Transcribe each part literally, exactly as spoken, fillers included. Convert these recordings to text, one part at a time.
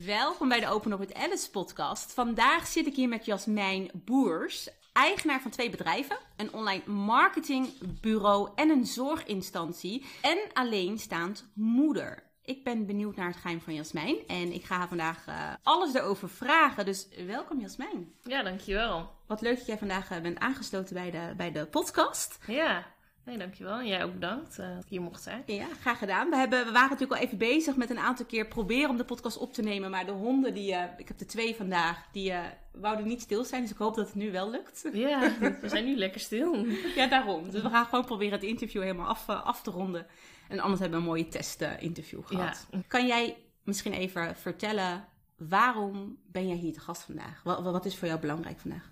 Welkom bij de Open Up with Alice podcast. Vandaag zit ik hier met Jasmijn Boers, eigenaar van twee bedrijven, een online marketingbureau en een zorginstantie en alleenstaand moeder. Ik ben benieuwd naar het geheim van Jasmijn en ik ga haar vandaag uh, alles erover vragen. Dus welkom Jasmijn. Ja, dankjewel. Wat leuk dat jij vandaag uh, bent aangesloten bij de, bij de podcast. Ja, nee, dankjewel. En jij ook bedankt uh, dat ik hier mocht zijn. Ja, graag gedaan. We, hebben, we waren natuurlijk al even bezig met een aantal keer proberen om de podcast op te nemen. Maar de honden, die, uh, ik heb er twee vandaag, die uh, wouden niet stil zijn. Dus ik hoop dat het nu wel lukt. Ja, we zijn nu lekker stil. Ja, daarom. Dus we gaan gewoon proberen het interview helemaal af, uh, af te ronden. En anders hebben we een mooie test-interview gehad. Ja. Kan jij misschien even vertellen, waarom ben jij hier te gast vandaag? Wat, wat is voor jou belangrijk vandaag?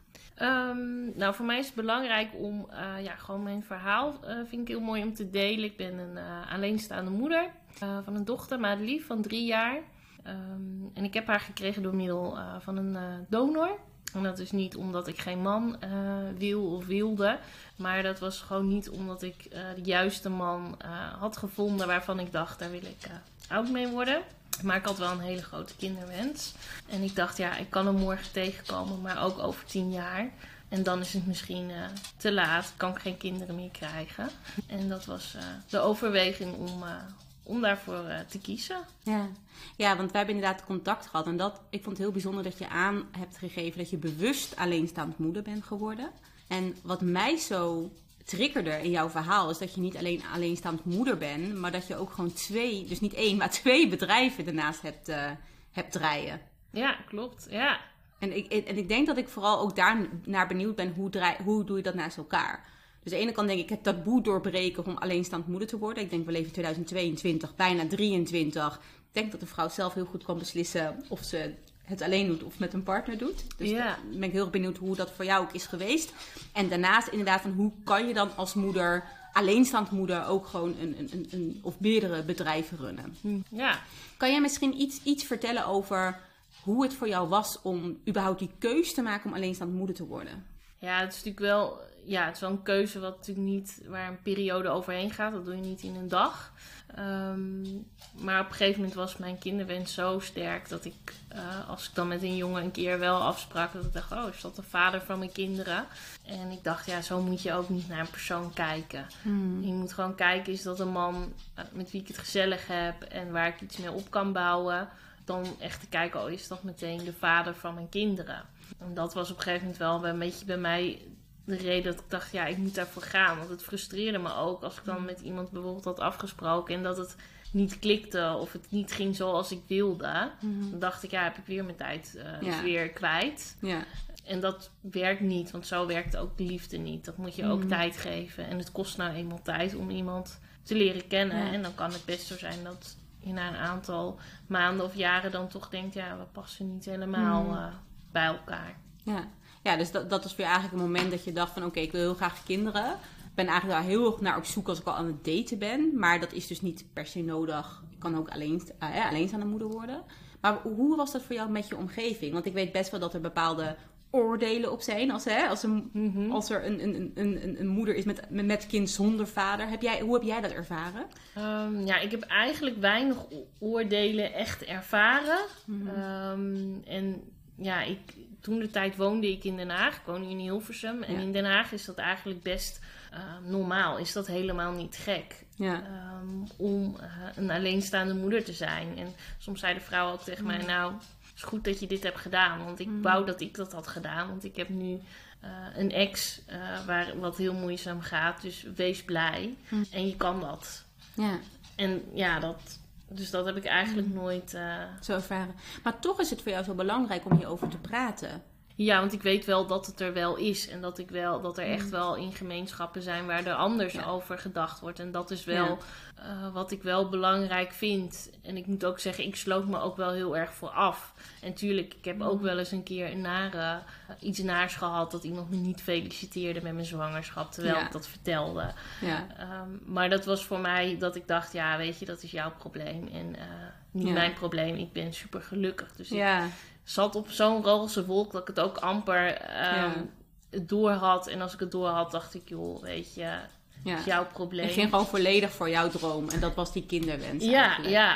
Um, nou, voor mij is het belangrijk om, uh, ja, gewoon mijn verhaal uh, vind ik heel mooi om te delen. Ik ben een uh, alleenstaande moeder uh, van een dochter, Madelief, van drie jaar. Um, en ik heb haar gekregen door middel uh, van een uh, donor. En dat is niet omdat ik geen man uh, wil of wilde. Maar dat was gewoon niet omdat ik uh, de juiste man uh, had gevonden waarvan ik dacht, daar wil ik uh, oud mee worden. Maar ik had wel een hele grote kinderwens. En ik dacht, ja, ik kan hem morgen tegenkomen, maar ook over tien jaar. En dan is het misschien uh, te laat, kan ik geen kinderen meer krijgen. En dat was uh, de overweging om, uh, om daarvoor uh, te kiezen. Ja. ja, want wij hebben inderdaad contact gehad. En dat, ik vond het heel bijzonder dat je aan hebt gegeven dat je bewust alleenstaand moeder bent geworden. En wat mij zo triggerde in jouw verhaal is dat je niet alleen alleenstaand moeder bent, maar dat je ook gewoon twee, dus niet één, maar twee bedrijven daarnaast hebt, uh, hebt draaien. Ja, klopt. Ja. En ik, en ik denk dat ik vooral ook daar naar benieuwd ben, hoe, draai, hoe doe je dat naast elkaar? Dus aan de ene kant denk ik het taboe doorbreken om alleenstaand moeder te worden. Ik denk we leven in tweeduizend tweeëntwintig, bijna drieëntwintig. Ik denk dat de vrouw zelf heel goed kan beslissen of ze het alleen doet of met een partner doet. Dus ja. ben ik heel erg benieuwd hoe dat voor jou ook is geweest. En daarnaast inderdaad van hoe kan je dan als moeder, alleenstaand moeder, ook gewoon een, een, een, een of meerdere bedrijven runnen. Ja. Kan jij misschien iets, iets vertellen over hoe het voor jou was om überhaupt die keuze te maken om alleenstaand moeder te worden? Ja, het is natuurlijk wel, ja, het is wel een keuze wat natuurlijk niet, waar een periode overheen gaat. Dat doe je niet in een dag. Um, maar op een gegeven moment was mijn kinderwens zo sterk dat ik, uh, als ik dan met een jongen een keer wel afsprak, dat ik dacht, oh, is dat de vader van mijn kinderen? En ik dacht, ja, zo moet je ook niet naar een persoon kijken. Hmm. Je moet gewoon kijken, is dat een man met wie ik het gezellig heb en waar ik iets mee op kan bouwen? Dan echt te kijken, oh, is dat meteen de vader van mijn kinderen? En dat was op een gegeven moment wel een beetje bij mij de reden dat ik dacht, ja, ik moet daarvoor gaan. Want het frustreerde me ook als ik dan met iemand bijvoorbeeld had afgesproken en dat het niet klikte of het niet ging zoals ik wilde. Mm-hmm. Dan dacht ik, ja, heb ik weer mijn tijd uh, ja. weer kwijt. Ja. En dat werkt niet, want zo werkt ook de liefde niet. Dat moet je ook mm-hmm. tijd geven. En het kost nou eenmaal tijd om iemand te leren kennen. Ja. En dan kan het best zo zijn dat je na een aantal maanden of jaren dan toch denkt, ja, we passen niet helemaal mm. uh, bij elkaar. Ja, ja, dus dat, dat was voor je eigenlijk een moment dat je dacht van, oké, okay, ik wil heel graag kinderen. Ik ben eigenlijk daar heel erg naar op zoek als ik al aan het daten ben. Maar dat is dus niet per se nodig. Ik kan ook alleen, uh, alleenstaande moeder worden. Maar hoe was dat voor jou met je omgeving? Want ik weet best wel dat er bepaalde oordelen op zijn. Als, hè, als, een, mm-hmm. als er een, een, een, een moeder is met, met kind zonder vader. Heb jij, hoe heb jij dat ervaren? Um, ja, ik heb eigenlijk weinig oordelen echt ervaren. Mm-hmm. Um, en ja, ik, toen de tijd woonde ik in Den Haag. Ik woon nu in Hilversum. En ja. in Den Haag is dat eigenlijk best uh, normaal. Is dat helemaal niet gek. Ja. Um, om uh, een alleenstaande moeder te zijn. En soms zei de vrouw ook tegen mm. mij, nou, het is goed dat je dit hebt gedaan. Want ik mm. wou dat ik dat had gedaan. Want ik heb nu uh, een ex uh, waar wat heel moeizaam gaat. Dus wees blij. Mm. En je kan dat. Ja. En ja, dat... Dus dat heb ik eigenlijk nooit Uh... zo ervaren. Maar toch is het voor jou zo belangrijk om hierover te praten. Ja, want ik weet wel dat het er wel is. En dat, ik wel, dat er echt wel in gemeenschappen zijn waar er anders ja. over gedacht wordt. En dat is wel ja. uh, wat ik wel belangrijk vind. En ik moet ook zeggen, ik sloot me ook wel heel erg voor af. En tuurlijk, ik heb ook wel eens een keer een nare, uh, iets naars gehad. Dat iemand me niet feliciteerde met mijn zwangerschap. Terwijl ja. ik dat vertelde. Ja. Um, maar dat was voor mij dat ik dacht, ja, weet je, dat is jouw probleem. En uh, niet ja. mijn probleem. Ik ben super gelukkig. Dus ja. ik zat op zo'n roze wolk dat ik het ook amper um, ja. door had. En als ik het door had, dacht ik, joh, weet je, ja. is jouw probleem. Het ging gewoon volledig voor jouw droom. En dat was die kinderwens ja, eigenlijk. Ja,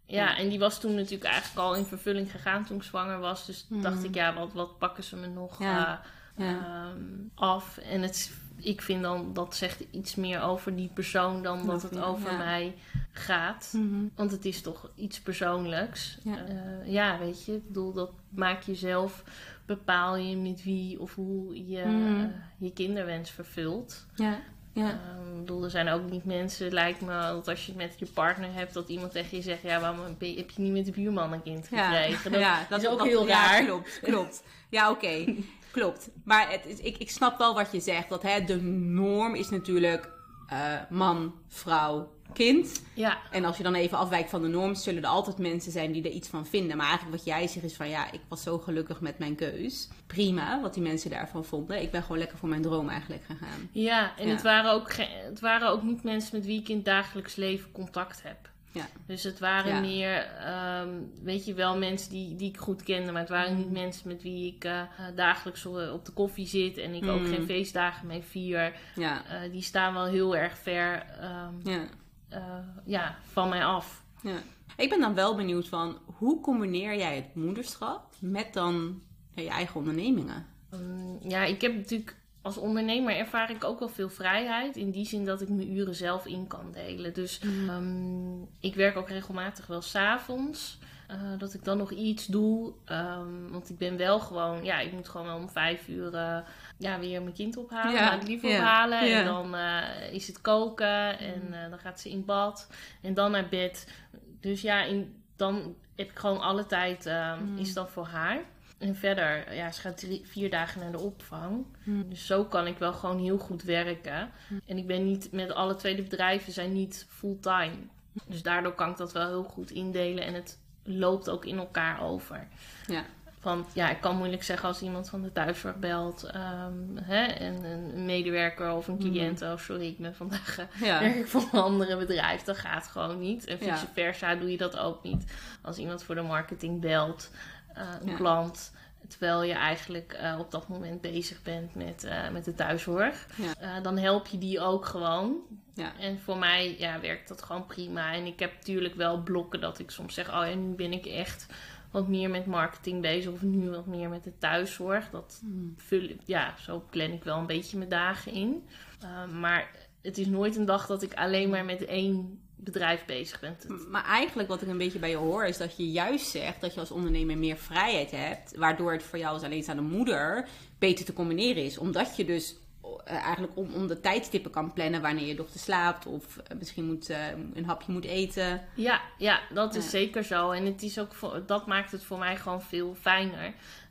Ja, en die was toen natuurlijk eigenlijk al in vervulling gegaan toen ik zwanger was. Dus mm. dacht ik, ja, wat, wat pakken ze me nog ja. uh, ja. Um, af? En het, ik vind dan, dat zegt iets meer over die persoon dan dat het over ja. mij gaat. Mm-hmm. Want het is toch iets persoonlijks. Ja, uh, ja weet je, ik bedoel, dat maak je zelf, bepaal je met wie of hoe je mm. uh, je kinderwens vervult. Ja. Ja. Um, ik bedoel, er zijn ook niet mensen, lijkt me, dat als je het met je partner hebt, dat iemand tegen je zegt, ja, waarom heb je niet met de buurman een kind gekregen? Ja, dat, ja, dat is ook dat, heel ja, raar. Klopt, klopt. Ja, oké. Okay. Klopt. Maar het is, ik, ik snap wel wat je zegt. Dat hè, de norm is natuurlijk uh, man, vrouw, kind. Ja. En als je dan even afwijkt van de norm, zullen er altijd mensen zijn die er iets van vinden. Maar eigenlijk wat jij zegt is van, ja, ik was zo gelukkig met mijn keus. Prima, wat die mensen daarvan vonden. Ik ben gewoon lekker voor mijn droom eigenlijk gegaan. Ja, en ja. Het, waren ook ge- het waren ook niet mensen met wie ik in het dagelijks leven contact heb. Ja. Dus het waren ja. meer, um, weet je wel, mensen die, die ik goed kende. Maar het waren mm. niet mensen met wie ik uh, dagelijks op de koffie zit. En ik mm. ook geen feestdagen mee vier. Ja. Uh, die staan wel heel erg ver um, ja. Uh, ja, van mij af. Ja. Ik ben dan wel benieuwd van, hoe combineer jij het moederschap met dan ja, je eigen ondernemingen? Um, ja, ik heb natuurlijk... Als ondernemer ervaar ik ook wel veel vrijheid. In die zin dat ik mijn uren zelf in kan delen. Dus mm. um, ik werk ook regelmatig wel 's avonds. Uh, dat ik dan nog iets doe. Um, want ik ben wel gewoon... Ja, ik moet gewoon wel om vijf uur uh, ja, weer mijn kind ophalen. Ja. Nou, het lief yeah. ophalen. Yeah. En dan uh, is het koken. En uh, dan gaat ze in bad. En dan naar bed. Dus ja, in, dan heb ik gewoon alle tijd... Uh, mm. is dan voor haar. En verder, ja, ze gaat drie, vier dagen naar de opvang. Hmm. Dus zo kan ik wel gewoon heel goed werken. Hmm. En ik ben niet, met alle twee de bedrijven zijn niet fulltime. Dus daardoor kan ik dat wel heel goed indelen. En het loopt ook in elkaar over. Ja. Want ja, ik kan moeilijk zeggen als iemand van de thuiszorg belt. Um, hè, en een medewerker of een cliënt. Hmm. Oh, sorry, ik ben vandaag uh, ja. werk ik voor een andere bedrijf. Dat gaat gewoon niet. En vice ja. versa doe je dat ook niet. Als iemand voor de marketing belt... Uh, een ja. klant, terwijl je eigenlijk uh, op dat moment bezig bent met, uh, met de thuiszorg. Ja. Uh, dan help je die ook gewoon. Ja. En voor mij ja, werkt dat gewoon prima. En ik heb natuurlijk wel blokken dat ik soms zeg... oh ja, nu ben ik echt wat meer met marketing bezig... of nu wat meer met de thuiszorg. Dat mm. vul, ja, zo plan ik wel een beetje mijn dagen in. Uh, maar het is nooit een dag dat ik alleen maar met één... bedrijf bezig bent. Maar eigenlijk wat ik een beetje bij je hoor... is dat je juist zegt dat je als ondernemer meer vrijheid hebt... waardoor het voor jou als alleenstaande moeder... beter te combineren is. Omdat je dus uh, eigenlijk om, om de tijdstippen kan plannen... wanneer je dochter slaapt... of uh, misschien moet, uh, een hapje moet eten. Ja, ja dat is ja. zeker zo. En het is ook voor, dat maakt het voor mij gewoon veel fijner...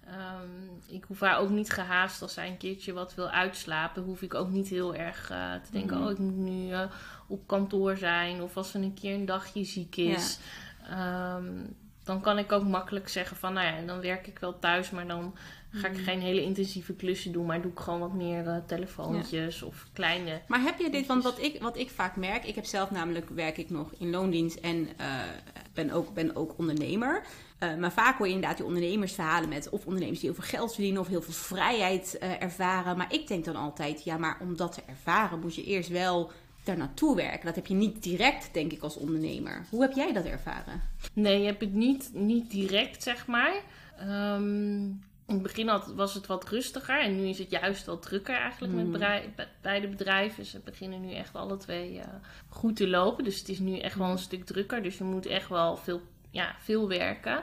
Um, ik hoef haar ook niet gehaast als zij een keertje wat wil uitslapen. Hoef ik ook niet heel erg uh, te denken... Mm. oh, ik moet nu uh, op kantoor zijn. Of als ze een keer een dagje ziek is. Ja. Um, dan kan ik ook makkelijk zeggen van... nou ja, dan werk ik wel thuis... maar dan ga ik mm. geen hele intensieve klussen doen... maar doe ik gewoon wat meer uh, telefoontjes ja. of kleine... Maar heb je dit, want wat ik, wat ik vaak merk... ik heb zelf namelijk, werk ik nog in loondienst... en uh, ben, ook, ben ook ondernemer... Uh, maar vaak hoor je inderdaad die ondernemersverhalen met... of ondernemers die heel veel geld verdienen... of heel veel vrijheid uh, ervaren. Maar ik denk dan altijd... ja, maar om dat te ervaren... moet je eerst wel daar naartoe werken. Dat heb je niet direct, denk ik, als ondernemer. Hoe heb jij dat ervaren? Nee, je hebt het niet, niet direct, zeg maar. Um, in het begin had, was het wat rustiger... en nu is het juist wat drukker eigenlijk... Mm. met bedrijf, beide bedrijven. Ze beginnen nu echt alle twee uh, goed te lopen. Dus het is nu echt wel een stuk drukker. Dus je moet echt wel veel... Ja, veel werken.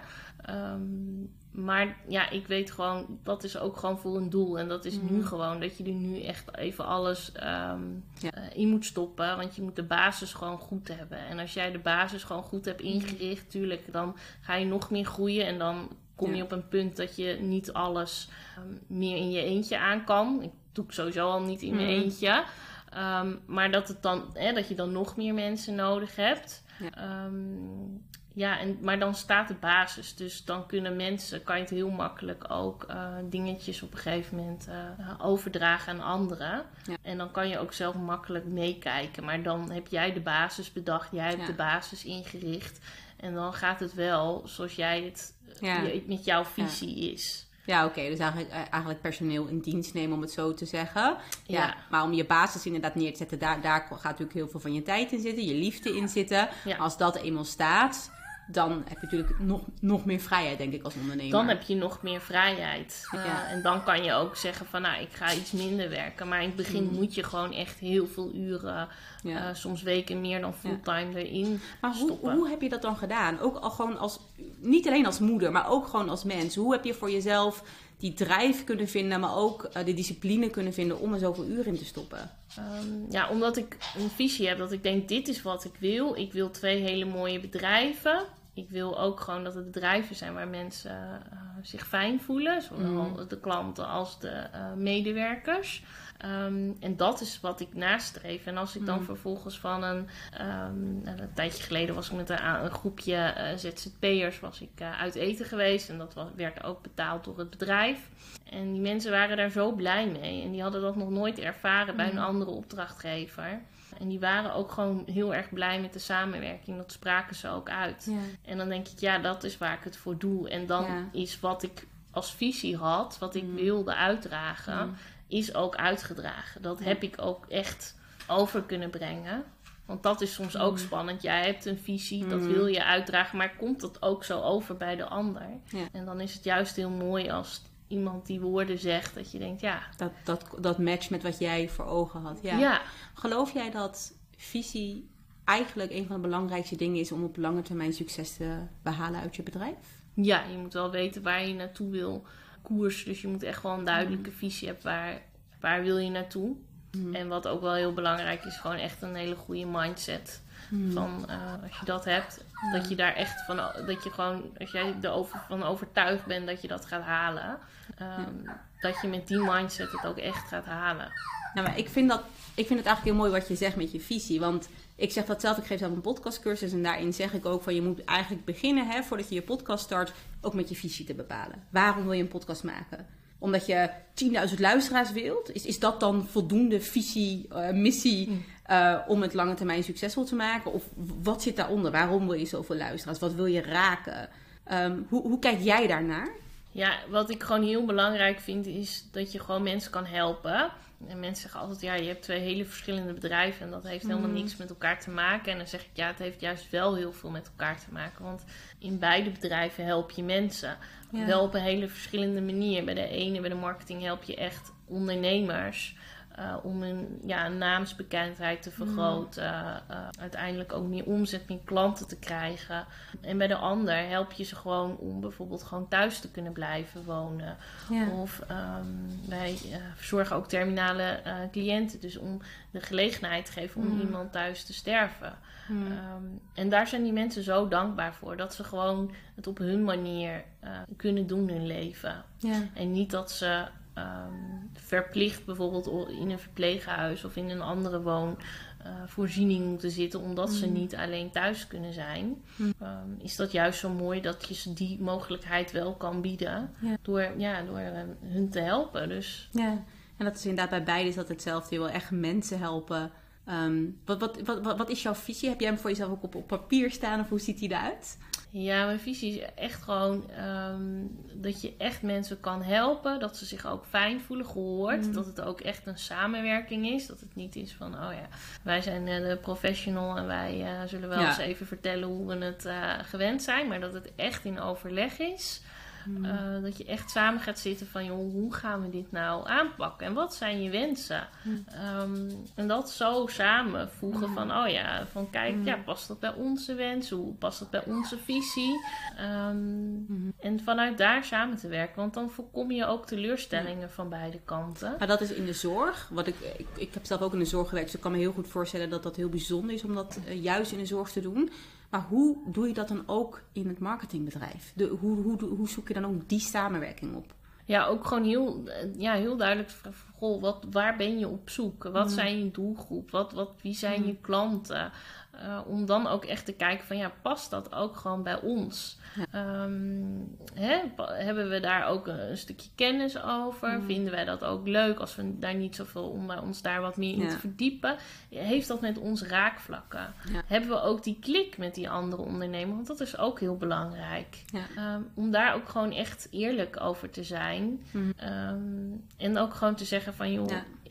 Um, maar ja, ik weet gewoon, dat is ook gewoon voor een doel. En dat is mm. nu gewoon dat je er nu echt even alles um, ja. uh, in moet stoppen. Want je moet de basis gewoon goed hebben. En als jij de basis gewoon goed hebt ingericht, tuurlijk, dan ga je nog meer groeien. En dan kom je ja. op een punt dat je niet alles um, meer in je eentje aan kan. Ik doe het sowieso al niet in mijn mm. eentje. Um, maar dat, het dan, hè, dat je dan nog meer mensen nodig hebt. Ja. Um, Ja, en, maar dan staat de basis. Dus dan kunnen mensen, kan je het heel makkelijk ook uh, dingetjes op een gegeven moment uh, overdragen aan anderen. Ja. En dan kan je ook zelf makkelijk meekijken. Maar dan heb jij de basis bedacht, jij hebt ja. de basis ingericht. En dan gaat het wel zoals jij het ja. je, met jouw visie ja. is. Ja, oké. Okay. Dus eigenlijk, eigenlijk personeel in dienst nemen, om het zo te zeggen. Ja. ja. Maar om je basis inderdaad neer te zetten, daar, daar gaat natuurlijk heel veel van je tijd in zitten. Je liefde in zitten. Ja. Als dat eenmaal staat, dan heb je natuurlijk nog, nog meer vrijheid, denk ik, als ondernemer. Dan heb je nog meer vrijheid. Uh, ja. En dan kan je ook zeggen van, nou, ik ga iets minder werken. Maar in het begin mm. moet je gewoon echt heel veel uren, ja. uh, soms weken meer dan fulltime ja. erin maar stoppen. Hoe, hoe heb je dat dan gedaan? Ook al gewoon als, niet alleen als moeder, maar ook gewoon als mens. Hoe heb je voor jezelf die drijf kunnen vinden, maar ook uh, de discipline kunnen vinden om er zoveel uren in te stoppen? Um, ja, omdat ik een visie heb dat ik denk, dit is wat ik wil. Ik wil twee hele mooie bedrijven. Ik wil ook gewoon dat het bedrijven zijn waar mensen uh, zich fijn voelen. Zowel mm. de klanten als de uh, medewerkers. Um, en dat is wat ik nastreef. En als ik dan mm. vervolgens van een... Um, een tijdje geleden was ik met een, een groepje uh, Z Z P'ers was ik uh, uit eten geweest. En dat was, werd ook betaald door het bedrijf. En die mensen waren daar zo blij mee. En die hadden dat nog nooit ervaren bij mm. een andere opdrachtgever. En die waren ook gewoon heel erg blij met de samenwerking. Dat spraken ze ook uit. Ja. En dan denk ik, ja, dat is waar ik het voor doe. En dan ja. is wat ik als visie had, wat ik mm. wilde uitdragen, mm. is ook uitgedragen. Dat ja. heb ik ook echt over kunnen brengen. Want dat is soms mm. ook spannend. Jij hebt een visie, mm. dat wil je uitdragen. Maar komt dat ook zo over bij de ander? Ja. En dan is het juist heel mooi als iemand die woorden zegt, dat je denkt, ja... Dat, dat, dat matcht met wat jij voor ogen had. Ja. ja. Geloof jij dat visie eigenlijk een van de belangrijkste dingen is om op lange termijn succes te behalen uit je bedrijf? Ja, je moet wel weten waar je naartoe wil koersen. Dus je moet echt wel een duidelijke mm. visie hebben. Waar, waar wil je naartoe? Mm. En wat ook wel heel belangrijk is, gewoon echt een hele goede mindset. Hmm. Van uh, als je dat hebt, hmm. dat je daar echt van, dat je gewoon, als jij erover van overtuigd bent dat je dat gaat halen, um, ja. dat je met die mindset het ook echt gaat halen. Nou, maar ik vind dat, ik vind het eigenlijk heel mooi wat je zegt met je visie, want ik zeg dat zelf, ik geef zelf een podcastcursus en daarin zeg ik ook van je moet eigenlijk beginnen, hè, voordat je je podcast start, ook met je visie te bepalen. Waarom wil je een podcast maken? Omdat je tienduizend luisteraars wilt? Is, is dat dan voldoende visie, uh, missie mm. uh, om het lange termijn succesvol te maken? Of wat zit daaronder? Waarom wil je zoveel luisteraars? Wat wil je raken? Um, hoe, hoe kijk jij daarnaar? Ja, wat ik gewoon heel belangrijk vind is dat je gewoon mensen kan helpen. En mensen zeggen altijd, ja, je hebt twee hele verschillende bedrijven en dat heeft helemaal mm. niks met elkaar te maken. En dan zeg ik, ja, het heeft juist wel heel veel met elkaar te maken. Want in beide bedrijven help je mensen. Ja. Wel op een hele verschillende manier. Bij de ene, bij de marketing, help je echt ondernemers uh, om hun ja, naamsbekendheid te vergroten. Uh, uh, uiteindelijk ook meer omzet, meer klanten te krijgen. En bij de ander help je ze gewoon om bijvoorbeeld gewoon thuis te kunnen blijven wonen. Ja. Of um, wij uh, verzorgen ook terminale uh, cliënten. Dus om de gelegenheid te geven om mm. iemand thuis te sterven. Mm. Um, en daar zijn die mensen zo dankbaar voor. Dat ze gewoon het op hun manier uh, kunnen doen in hun leven. Ja. En niet dat ze um, verplicht bijvoorbeeld in een verpleeghuis of in een andere woonvoorziening uh, moeten zitten. Omdat mm. ze niet alleen thuis kunnen zijn. Mm. Um, is dat juist zo mooi dat je ze die mogelijkheid wel kan bieden. Ja. Door, ja, door uh, hun te helpen. Dus. Ja. En dat is inderdaad bij beide is dat hetzelfde. Je wil echt mensen helpen. Um, wat, wat, wat, wat is jouw visie? Heb jij hem voor jezelf ook op, op papier staan of hoe ziet hij eruit? Ja, mijn visie is echt gewoon um, dat je echt mensen kan helpen. Dat ze zich ook fijn voelen, gehoord. Mm. Dat het ook echt een samenwerking is. Dat het niet is van, oh ja, wij zijn uh, de professional en wij uh, zullen wel ja. eens even vertellen hoe we het uh, gewend zijn. Maar dat het echt in overleg is. Mm. Uh, dat je echt samen gaat zitten van, joh, hoe gaan we dit nou aanpakken? En wat zijn je wensen? Mm. Um, en dat zo samenvoegen mm. van, oh ja, van kijk, mm. ja, past dat bij onze wensen? Hoe past dat bij onze visie? Um, mm. En vanuit daar samen te werken. Want dan voorkom je ook teleurstellingen mm. van beide kanten. Maar dat is in de zorg. Wat ik, ik, ik heb zelf ook in de zorg gewerkt, dus ik kan me heel goed voorstellen dat dat heel bijzonder is om dat uh, juist in de zorg te doen. Maar hoe doe je dat dan ook in het marketingbedrijf? De, hoe, hoe, hoe zoek je dan ook die samenwerking op? Ja, ook gewoon heel, ja, heel duidelijk. Goh, wat, waar ben je op zoek? Wat mm. zijn je doelgroep? Wat, wat, wie zijn mm. je klanten? Uh, om dan ook echt te kijken van, ja, past dat ook gewoon bij ons? Ja. Um, hè, hebben we daar ook een, een stukje kennis over? Mm. Vinden wij dat ook leuk als we daar niet zoveel om ons daar wat meer in ja. te verdiepen? Heeft dat met ons raakvlakken? Ja. Hebben we ook die klik met die andere ondernemer? Want dat is ook heel belangrijk. Ja. Um, om daar ook gewoon echt eerlijk over te zijn. Mm. Um, en ook gewoon te zeggen van, joh, ja.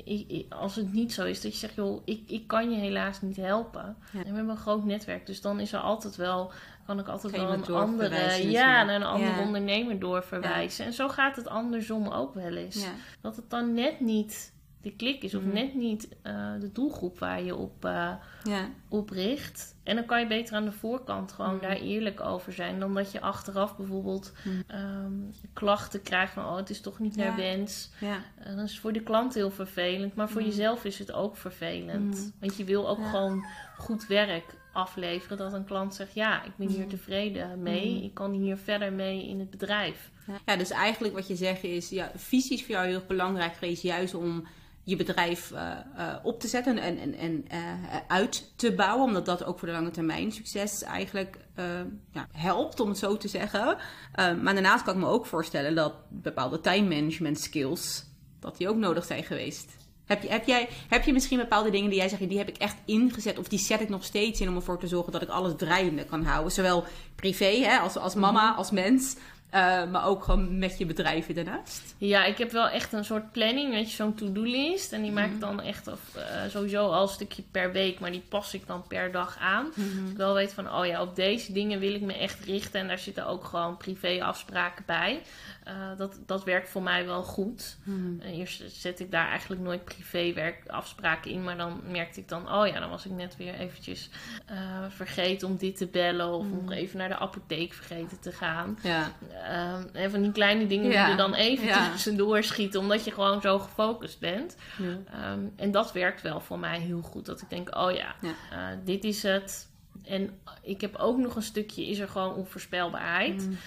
ik, ik, als het niet zo is, dat je zegt, joh, ik, ik kan je helaas niet helpen. Ja. En we hebben een groot netwerk, dus dan is er altijd wel, kan ik altijd kan wel een andere, ja, naar een andere ja. ondernemer doorverwijzen. Ja. En zo gaat het andersom ook wel eens. Ja. Dat het dan net niet de klik is, of mm. net niet uh, de doelgroep waar je op, uh, ja. op richt. En dan kan je beter aan de voorkant gewoon mm. daar eerlijk over zijn, dan dat je achteraf bijvoorbeeld mm. um, klachten krijgt van, oh, het is toch niet naar ja. wens. Ja. Uh, dat is voor de klant heel vervelend, maar voor mm. jezelf is het ook vervelend. Mm. Want je wil ook ja. gewoon goed werk afleveren, dat een klant zegt, ja, ik ben hier tevreden mee, mm. ik kan hier verder mee in het bedrijf. Ja, dus eigenlijk wat je zegt is, ja, visie is voor jou heel erg belangrijk geweest, juist om je bedrijf uh, uh, op te zetten en, en, en uh, uit te bouwen. Omdat dat ook voor de lange termijn succes eigenlijk uh, ja, helpt, om het zo te zeggen. Uh, maar daarnaast kan ik me ook voorstellen dat bepaalde time management skills, dat die ook nodig zijn geweest. Heb je, heb, jij, heb je misschien bepaalde dingen die jij zegt, die heb ik echt ingezet of die zet ik nog steeds in om ervoor te zorgen dat ik alles draaiende kan houden? Zowel privé, hè, als, als mama, als mens. Uh, maar ook gewoon met je bedrijven daarnaast? Ja, ik heb wel echt een soort planning, weet je, zo'n to-do-list. En die maak ik dan echt of, uh, sowieso al een stukje per week, maar die pas ik dan per dag aan. Mm-hmm. Dat ik wel weet van, oh ja, op deze dingen wil ik me echt richten. En daar zitten ook gewoon privé afspraken bij. Uh, dat, dat werkt voor mij wel goed. Mm-hmm. Uh, eerst zet ik daar eigenlijk nooit privéwerk afspraken in. Maar dan merkte ik dan, oh ja, dan was ik net weer eventjes uh, vergeten om dit te bellen. Of mm-hmm. om even naar de apotheek vergeten te gaan. Ja. Um, en van die kleine dingen ja. die er dan even ja. tussendoor schieten, omdat je gewoon zo gefocust bent. Ja. Um, en dat werkt wel voor mij heel goed. Dat ik denk, oh ja, ja. Uh, dit is het. En ik heb ook nog een stukje, is er gewoon onvoorspelbaarheid. Mm.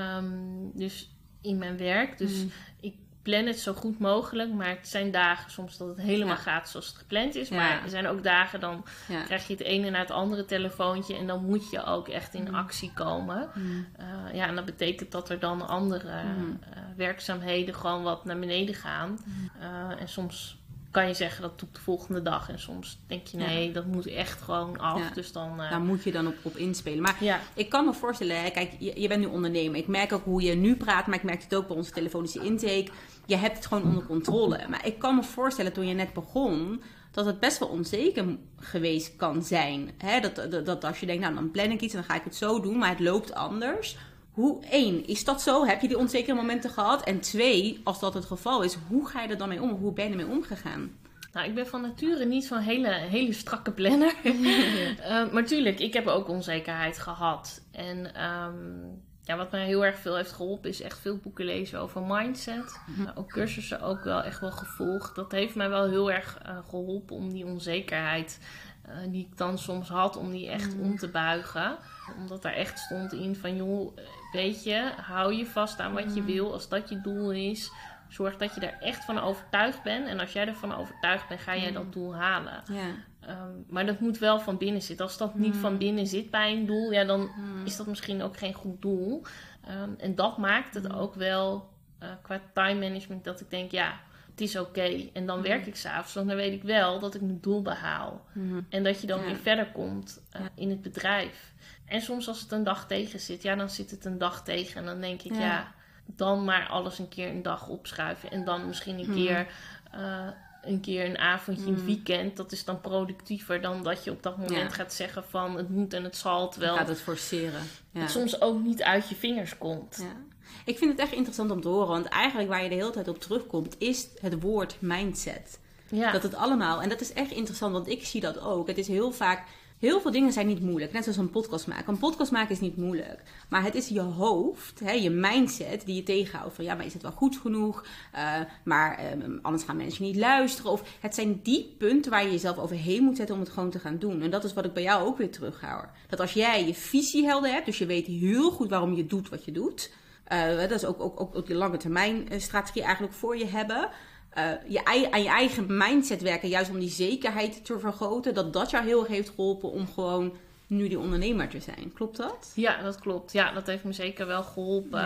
Um, dus in mijn werk. Dus mm. ik plan het zo goed mogelijk, maar het zijn dagen soms dat het helemaal ja. gaat zoals het gepland is. Ja. Maar er zijn ook dagen, dan ja. krijg je het ene na het andere telefoontje en dan moet je ook echt in mm. actie komen. Mm. Uh, ja, en dat betekent dat er dan andere mm. uh, werkzaamheden gewoon wat naar beneden gaan. Mm. Uh, en soms kan je zeggen, dat doe ik de volgende dag. En soms denk je, nee, ja. dat moet echt gewoon af. Ja. Dus dan, uh... Daar moet je dan op, op inspelen. Maar ja. ik kan me voorstellen, kijk, je, je bent nu ondernemer. Ik merk ook hoe je nu praat, maar ik merk het ook bij onze telefonische intake. Je hebt het gewoon onder controle. Maar ik kan me voorstellen, toen je net begon, dat het best wel onzeker geweest kan zijn. Hè? Dat, dat, dat als je denkt, nou, dan plan ik iets en dan ga ik het zo doen, maar het loopt anders. Hoe, één, is dat zo? Heb je die onzekere momenten gehad? En twee, als dat het geval is, hoe ga je er dan mee om? Hoe ben je ermee omgegaan? Nou, ik ben van nature niet zo'n hele, hele strakke planner. uh, maar tuurlijk, ik heb ook onzekerheid gehad. En um, ja, wat mij heel erg veel heeft geholpen is echt veel boeken lezen over mindset. Uh, ook cursussen ook wel echt wel gevolgd. Dat heeft mij wel heel erg uh, geholpen om die onzekerheid uh, die ik dan soms had, om die echt om te buigen. Omdat daar echt stond in van, joh, weet je, hou je vast aan wat je wil. Als dat je doel is, zorg dat je er echt van overtuigd bent. En als jij ervan overtuigd bent, ga jij dat doel halen. Ja. Um, maar dat moet wel van binnen zitten. Als dat niet mm. van binnen zit bij een doel, ja, dan mm. is dat misschien ook geen goed doel. Um, en dat maakt het mm. ook wel uh, qua time management dat ik denk, ja, het is oké. Okay. En dan mm. werk ik 's avonds, want dan weet ik wel dat ik mijn doel behaal. Mm. En dat je dan ja. weer verder komt uh, ja. in het bedrijf. En soms als het een dag tegen zit, ja, dan zit het een dag tegen. En dan denk ik, ja, ja dan maar alles een keer een dag opschuiven. En dan misschien een mm. keer uh, een keer een avondje mm. in het weekend. Dat is dan productiever dan dat je op dat moment ja. gaat zeggen van het moet en het zal het wel. Je gaat het forceren. Ja. Het soms ook niet uit je vingers komt. Ja. Ik vind het echt interessant om te horen. Want eigenlijk waar je de hele tijd op terugkomt is het woord mindset. Ja. Dat het allemaal, en dat is echt interessant, want ik zie dat ook. Het is heel vaak, heel veel dingen zijn niet moeilijk. Net zoals een podcast maken. Een podcast maken is niet moeilijk. Maar het is je hoofd, hè, je mindset die je tegenhoudt. Van ja, maar is het wel goed genoeg? Uh, maar uh, anders gaan mensen niet luisteren. Of het zijn die punten waar je jezelf overheen moet zetten om het gewoon te gaan doen. En dat is wat ik bij jou ook weer terughoud. Dat als jij je visie helder hebt, dus je weet heel goed waarom je doet wat je doet. Uh, dat is ook, ook, ook, ook de lange termijn strategie eigenlijk voor je hebben. Uh, je, aan je eigen mindset werken, juist om die zekerheid te vergroten, dat dat jou heel erg heeft geholpen om gewoon nu die ondernemer te zijn. Klopt dat? Ja, dat klopt. Ja, dat heeft me zeker wel geholpen. Ja.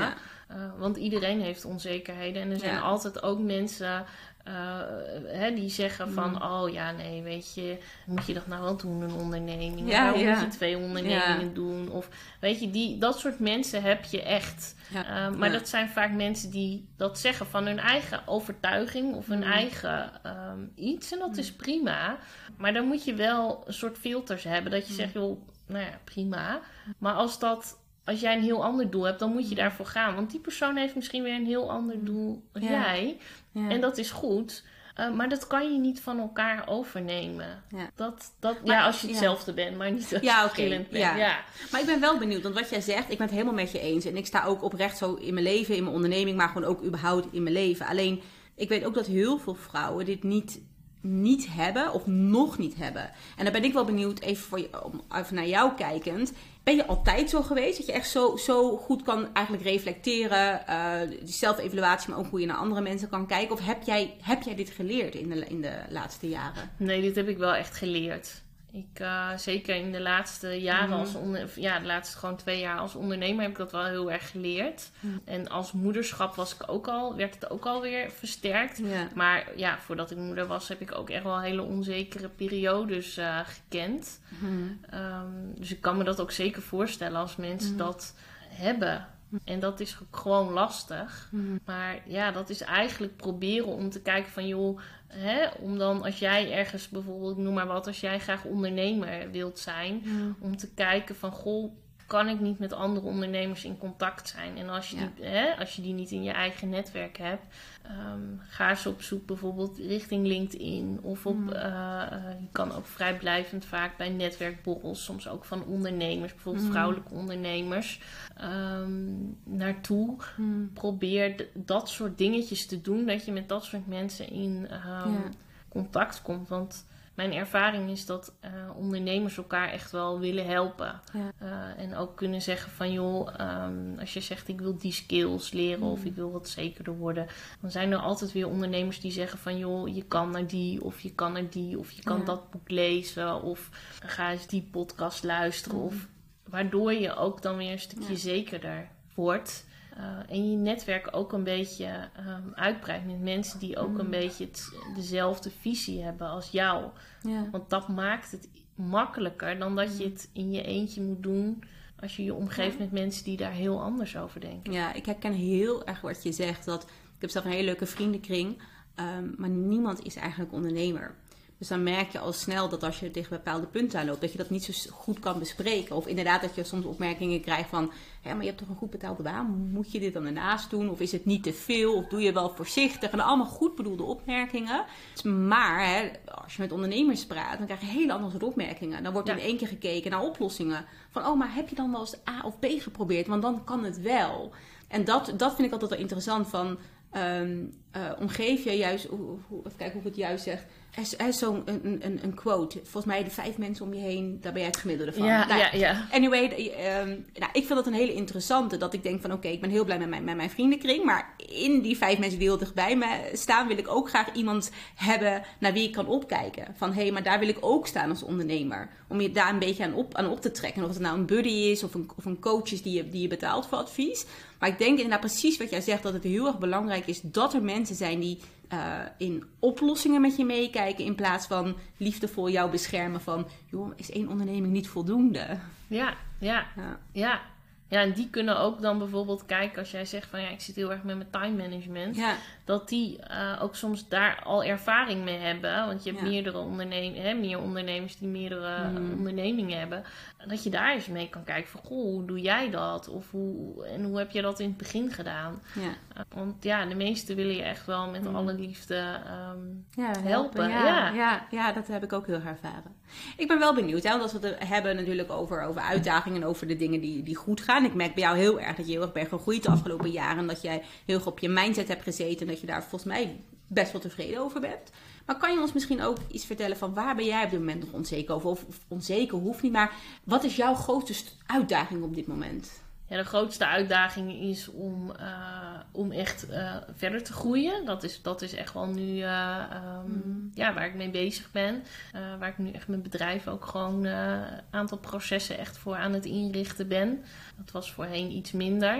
Uh, want iedereen heeft onzekerheden. En er zijn ja. altijd ook mensen uh, hè, die zeggen van... Mm. oh ja, nee, weet je... moet je dat nou wel doen, een onderneming? Ja, Waarom ja. moet je twee ondernemingen ja. doen? Of weet je, die, dat soort mensen heb je echt. Ja. Uh, maar ja. dat zijn vaak mensen die dat zeggen van hun eigen overtuiging... of hun mm. eigen um, iets. En dat mm. is prima. Maar dan moet je wel een soort filters hebben. Dat je mm. zegt, joh, nou ja, prima. Maar als dat... Als jij een heel ander doel hebt, dan moet je daarvoor gaan. Want die persoon heeft misschien weer een heel ander doel dan ja. jij. Ja. En dat is goed. Uh, maar dat kan je niet van elkaar overnemen. Ja, dat, dat, maar, ja als je hetzelfde ja. bent, maar niet als ja, je verschillend okay. bent. Ja. Ja. Maar ik ben wel benieuwd, want wat jij zegt, ik ben het helemaal met je eens. En ik sta ook oprecht zo in mijn leven, in mijn onderneming, maar gewoon ook überhaupt in mijn leven. Alleen, ik weet ook dat heel veel vrouwen dit niet... niet hebben of nog niet hebben. En dan ben ik wel benieuwd, even, voor je, om, even naar jou kijkend. Ben je altijd zo geweest? Dat je echt zo, zo goed kan eigenlijk reflecteren. Uh, die zelfevaluatie, maar ook hoe je naar andere mensen kan kijken. Of heb jij, heb jij dit geleerd in de, in de laatste jaren? Nee, dit heb ik wel echt geleerd. Ik, uh, zeker in de laatste jaren, mm. als onder, ja, de laatste gewoon twee jaar als ondernemer heb ik dat wel heel erg geleerd. Mm. En als moederschap was ik ook al, werd het ook alweer versterkt. Yeah. Maar ja, voordat ik moeder was, heb ik ook echt wel hele onzekere periodes uh, gekend. Mm. Um, dus ik kan me dat ook zeker voorstellen als mensen mm. dat hebben. En dat is gewoon lastig. Mm. Maar ja, dat is eigenlijk proberen om te kijken van joh, hè, om dan als jij ergens bijvoorbeeld, noem maar wat, als jij graag ondernemer wilt zijn, mm. om te kijken van goh, kan ik niet met andere ondernemers in contact zijn? En als je, ja. die, hè, als je die niet in je eigen netwerk hebt, um, ga eens op zoek bijvoorbeeld richting LinkedIn. Of op, mm. uh, uh, je kan ook vrijblijvend vaak bij netwerkborrels, soms ook van ondernemers, bijvoorbeeld mm. vrouwelijke ondernemers, um, naartoe. Mm. Probeer d- dat soort dingetjes te doen, dat je met dat soort mensen in um, ja. contact komt. Want mijn ervaring is dat uh, ondernemers elkaar echt wel willen helpen. Ja. Uh, en ook kunnen zeggen van joh, um, als je zegt ik wil die skills leren mm. of ik wil wat zekerder worden. Dan zijn er altijd weer ondernemers die zeggen van joh, je kan naar die of je kan naar die of je kan ja. dat boek lezen of ga eens die podcast luisteren. Mm. Of, waardoor je ook dan weer een stukje ja. zekerder wordt. Uh, en je netwerk ook een beetje um, uitbreidt met mensen die ook mm. een beetje het, dezelfde visie hebben als jou. Ja. Want dat maakt het makkelijker dan dat je het in je eentje moet doen als je je omgeeft ja. met mensen die daar heel anders over denken. Ja, ik herken heel erg wat je zegt. Dat, ik heb zelf een hele leuke vriendenkring, um, maar niemand is eigenlijk ondernemer. Dus dan merk je al snel dat als je tegen bepaalde punten aanloopt, dat je dat niet zo goed kan bespreken. Of inderdaad dat je soms opmerkingen krijgt van, hé, maar je hebt toch een goed betaalde baan? Moet je dit dan ernaast doen? Of is het niet te veel? Of doe je wel voorzichtig? En allemaal goed bedoelde opmerkingen. Maar hè, als je met ondernemers praat, dan krijg je hele andere soort opmerkingen. Dan wordt er ja. in één keer gekeken naar oplossingen. Van, oh, maar heb je dan wel eens A of B geprobeerd? Want dan kan het wel. En dat, dat vind ik altijd wel interessant van, um, uh, omgeef je juist, hoe, hoe, even kijken hoe ik het juist zeg. Er is zo'n een, een, een quote. Volgens mij de vijf mensen om je heen, daar ben jij het gemiddelde van. Ja, nou, ja, ja. Anyway, um, nou, ik vind dat een hele interessante. Dat ik denk van oké, okay, ik ben heel blij met mijn, met mijn vriendenkring. Maar in die vijf mensen die heel dichtbij me staan, wil ik ook graag iemand hebben naar wie ik kan opkijken. Van hé, hey, maar daar wil ik ook staan als ondernemer. Om je daar een beetje aan op, aan op te trekken. Of het nou een buddy is of een, of een coach is die je, die je betaalt voor advies. Maar ik denk inderdaad precies wat jij zegt, dat het heel erg belangrijk is dat er mensen zijn die uh, in oplossingen met je meekijken, in plaats van liefdevol jou beschermen van, joh, is één onderneming niet voldoende? Ja, ja, ja. ja. Ja, en die kunnen ook dan bijvoorbeeld kijken als jij zegt van ja, ik zit heel erg met mijn time management. Ja. Dat die uh, ook soms daar al ervaring mee hebben. Want je hebt ja. meerdere ondernemers, hè, meer ondernemers die meerdere mm. ondernemingen hebben. Dat je daar eens mee kan kijken van goh, hoe doe jij dat? Of hoe, en hoe heb je dat in het begin gedaan? Ja. Uh, want ja, de meesten willen je echt wel met mm. alle liefde um, ja, helpen. helpen. Ja, ja. Ja, ja, dat heb ik ook heel erg ervaren. Ik ben wel benieuwd, hè, want als we het hebben natuurlijk over, over uitdagingen en over de dingen die, die goed gaan. Ik merk bij jou heel erg dat je heel erg bent gegroeid de afgelopen jaren. En dat jij heel erg op je mindset hebt gezeten. En dat je daar volgens mij best wel tevreden over bent. Maar kan je ons misschien ook iets vertellen van waar ben jij op dit moment nog onzeker over? Of, of onzeker hoeft niet, maar wat is jouw grootste uitdaging op dit moment? Ja, de grootste uitdaging is om, uh, om echt uh, verder te groeien. Dat is, dat is echt wel nu uh, um, mm. ja, waar ik mee bezig ben. Uh, waar ik nu echt mijn bedrijf ook gewoon een uh, aantal processen echt voor aan het inrichten ben. Dat was voorheen iets minder.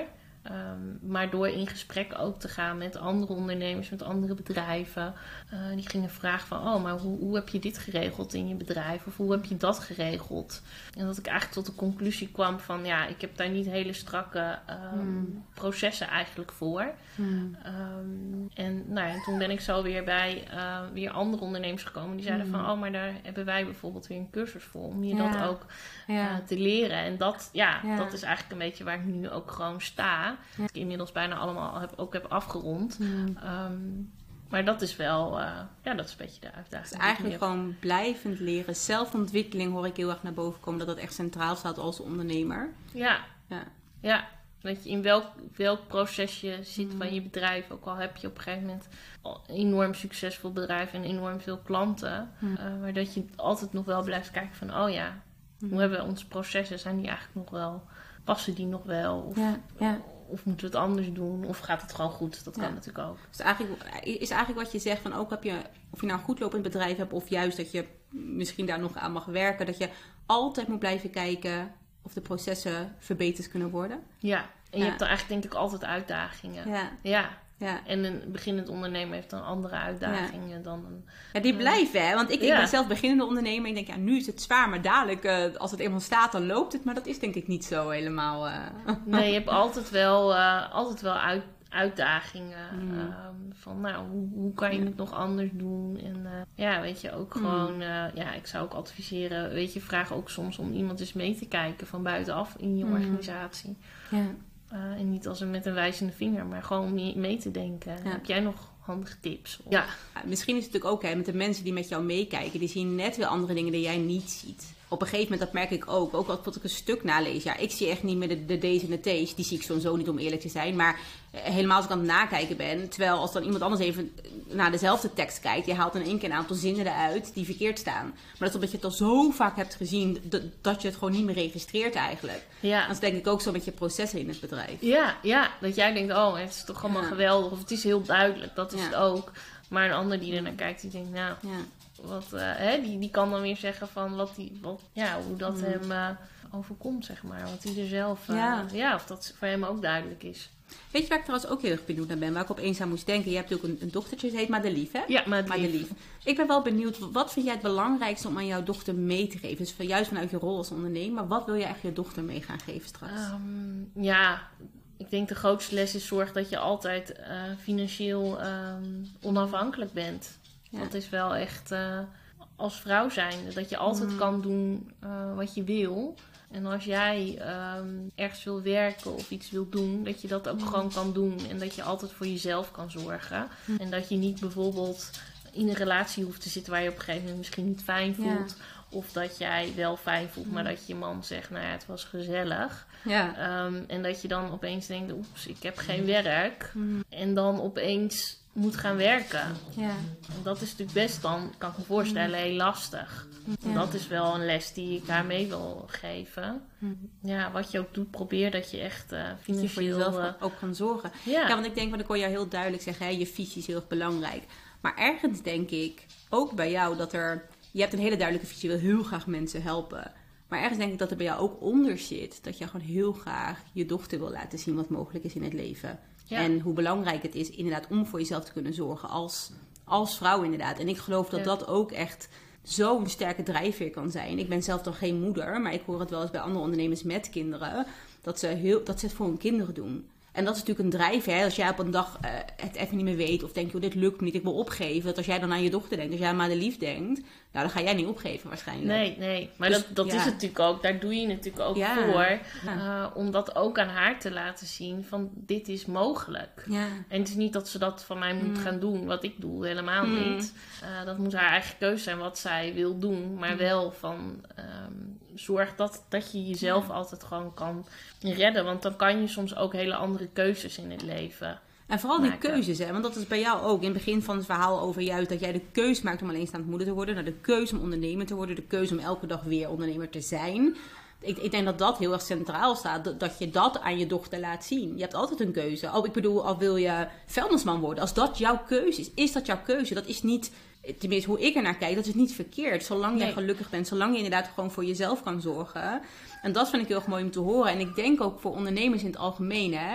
Um, maar door in gesprek ook te gaan met andere ondernemers, met andere bedrijven. Uh, die gingen vragen van, oh, maar hoe, hoe heb je dit geregeld in je bedrijf? Of hoe heb je dat geregeld? En dat ik eigenlijk tot de conclusie kwam van, ja, ik heb daar niet hele strakke um, mm. processen eigenlijk voor. Mm. Um, en nou ja, toen ben ik zo weer bij uh, weer andere ondernemers gekomen. Die zeiden mm. van, oh, maar daar hebben wij bijvoorbeeld weer een cursus voor. Om je ja. dat ook ja. uh, te leren. En dat, ja, ja, dat is eigenlijk een beetje waar ik nu ook gewoon sta. Ja. Dat ik inmiddels bijna allemaal heb, ook heb afgerond. Mm. Um, maar dat is wel, uh, ja, dat is een beetje de uitdaging. Dus eigenlijk gewoon blijvend leren. Zelfontwikkeling hoor ik heel erg naar boven komen. Dat dat echt centraal staat als ondernemer. Ja, ja. ja. Dat je in welk, welk proces je zit mm. van je bedrijf. Ook al heb je op een gegeven moment een enorm succesvol bedrijf en enorm veel klanten. Mm. Uh, maar dat je altijd nog wel blijft kijken van, oh ja, mm. hoe hebben we onze processen? Zijn die eigenlijk nog wel, passen die nog wel? Of, ja, ja. of moeten we het anders doen? Of gaat het gewoon goed? Dat kan ja. natuurlijk ook. Dus eigenlijk, is eigenlijk wat je zegt van ook heb je, of je nou een goed lopend bedrijf hebt of juist dat je misschien daar nog aan mag werken. Dat je altijd moet blijven kijken of de processen verbeterd kunnen worden. Ja, en je ja. hebt dan eigenlijk denk ik altijd uitdagingen. Ja. ja. Ja. En een beginnend ondernemer heeft dan andere uitdagingen ja. dan een... Ja, die blijven, hè. Want ik, ja. ik ben zelf beginnende ondernemer. Ik denk, ja, nu is het zwaar, maar dadelijk, uh, als het eenmaal staat, dan loopt het. Maar dat is denk ik niet zo helemaal... Uh... Nee, je hebt altijd wel, uh, altijd wel uit, uitdagingen. Mm. Uh, van, nou, hoe, hoe kan je ja. het nog anders doen? En uh, ja, weet je, ook gewoon... Mm. Uh, ja, ik zou ook adviseren, weet je, vraag ook soms om iemand eens mee te kijken van buitenaf in je mm. organisatie. Ja. Uh, en niet als een met een wijzende vinger, maar gewoon om mee te denken. Ja. Heb jij nog handige tips? Of... Ja, misschien is het natuurlijk ook hè, met de mensen die met jou meekijken. Die zien net weer andere dingen die jij niet ziet. Op een gegeven moment, dat merk ik ook. Ook als ik een stuk nalees. Ja, ik zie echt niet meer de, de D's en de T's. Die zie ik sowieso niet, om eerlijk te zijn. Maar helemaal als ik aan het nakijken ben. Terwijl als dan iemand anders even naar dezelfde tekst kijkt. Je haalt in één keer een aantal zinnen eruit die verkeerd staan. Maar dat is omdat je het al zo vaak hebt gezien. Dat, dat je het gewoon niet meer registreert eigenlijk. Ja. Dat is denk ik ook zo met je processen in het bedrijf. Ja, ja. Dat jij denkt, oh, het is toch allemaal ja. geweldig. Of het is heel duidelijk. Dat is ja. het ook. Maar een ander die er naar kijkt, die denkt, nou... Ja. Wat, uh, hè, die, die kan dan weer zeggen van wat die, wat, ja, hoe dat mm. hem uh, overkomt, zeg maar. Wat hij er zelf... Uh, ja. ja, of dat voor hem ook duidelijk is. Weet je waar ik trouwens ook heel erg benieuwd naar ben? Waar ik opeens aan moest denken. Je hebt natuurlijk een, een dochtertje, ze heet Madelief, hè? Ja, Madelief. Madelief. Ik ben wel benieuwd, wat vind jij het belangrijkste om aan jouw dochter mee te geven? Dus juist vanuit je rol als ondernemer. Wat wil je echt je dochter mee gaan geven straks? Um, ja... Ik denk de grootste les is zorg dat je altijd uh, financieel um, onafhankelijk bent. Ja. Dat is wel echt uh, als vrouw zijnde. Dat je altijd mm. kan doen uh, wat je wil. En als jij um, ergens wil werken of iets wil doen, dat je dat ook mm. gewoon kan doen. En dat je altijd voor jezelf kan zorgen. Mm. En dat je niet bijvoorbeeld in een relatie hoeft te zitten waar je op een gegeven moment misschien niet fijn voelt. Ja. Of dat jij wel fijn voelt, maar dat je man zegt, nou ja, het was gezellig. Ja. Um, en dat je dan opeens denkt, oeps, ik heb geen werk. Mm. En dan opeens moet gaan werken. Ja. En dat is natuurlijk best dan, kan ik me voorstellen, heel lastig. Ja. En dat is wel een les die ik haar mee wil geven. Mm. Ja, wat je ook doet, probeer dat je echt uh, financieel... Je voor jezelf uh, ook kan zorgen. Ja. ja, want ik denk, want ik hoor jou heel duidelijk zeggen, hè, je visie is heel erg belangrijk. Maar ergens denk ik, ook bij jou, dat er... Je hebt een hele duidelijke visie, je wil heel graag mensen helpen. Maar ergens denk ik dat er bij jou ook onder zit. Dat je gewoon heel graag je dochter wil laten zien wat mogelijk is in het leven. Ja. En hoe belangrijk het is inderdaad om voor jezelf te kunnen zorgen als, als vrouw inderdaad. En ik geloof dat ja. dat ook echt zo'n sterke drijfveer kan zijn. Ik ben zelf dan geen moeder, maar ik hoor het wel eens bij andere ondernemers met kinderen. Dat ze, heel, dat ze het voor hun kinderen doen. En dat is natuurlijk een drijf, hè. Als jij op een dag uh, het even niet meer weet of denk je, oh, dit lukt me niet, ik wil opgeven. Dat als jij dan aan je dochter denkt, als jij aan Madelief denkt, nou, dan ga jij niet opgeven waarschijnlijk. Nee, nee. Maar dus, dat, dat ja. is het natuurlijk ook, daar doe je natuurlijk ook ja. voor. Ja. Uh, om dat ook aan haar te laten zien van, dit is mogelijk. Ja. En het is niet dat ze dat van mij moet mm. gaan doen, wat ik doe, helemaal mm. niet. Uh, dat moet haar eigen keuze zijn wat zij wil doen, maar mm. wel van... Um, zorg dat, dat je jezelf ja. altijd gewoon kan redden. Want dan kan je soms ook hele andere keuzes in het leven En vooral maken. Die keuzes, hè? Want dat is bij jou ook. In het begin van het verhaal over juist dat jij de keuze maakt om alleenstaand moeder te worden. Nou, de keuze om ondernemer te worden. De keuze om elke dag weer ondernemer te zijn. Ik, ik denk dat dat heel erg centraal staat. Dat, dat je dat aan je dochter laat zien. Je hebt altijd een keuze. Al, ik bedoel, al wil je vuilnisman worden. Als dat jouw keuze is, is dat jouw keuze. Dat is niet... Tenminste, hoe ik er naar kijk, dat is niet verkeerd. Zolang nee. jij gelukkig bent, zolang je inderdaad gewoon voor jezelf kan zorgen. En dat vind ik heel erg mooi om te horen. En ik denk ook voor ondernemers in het algemeen, hè.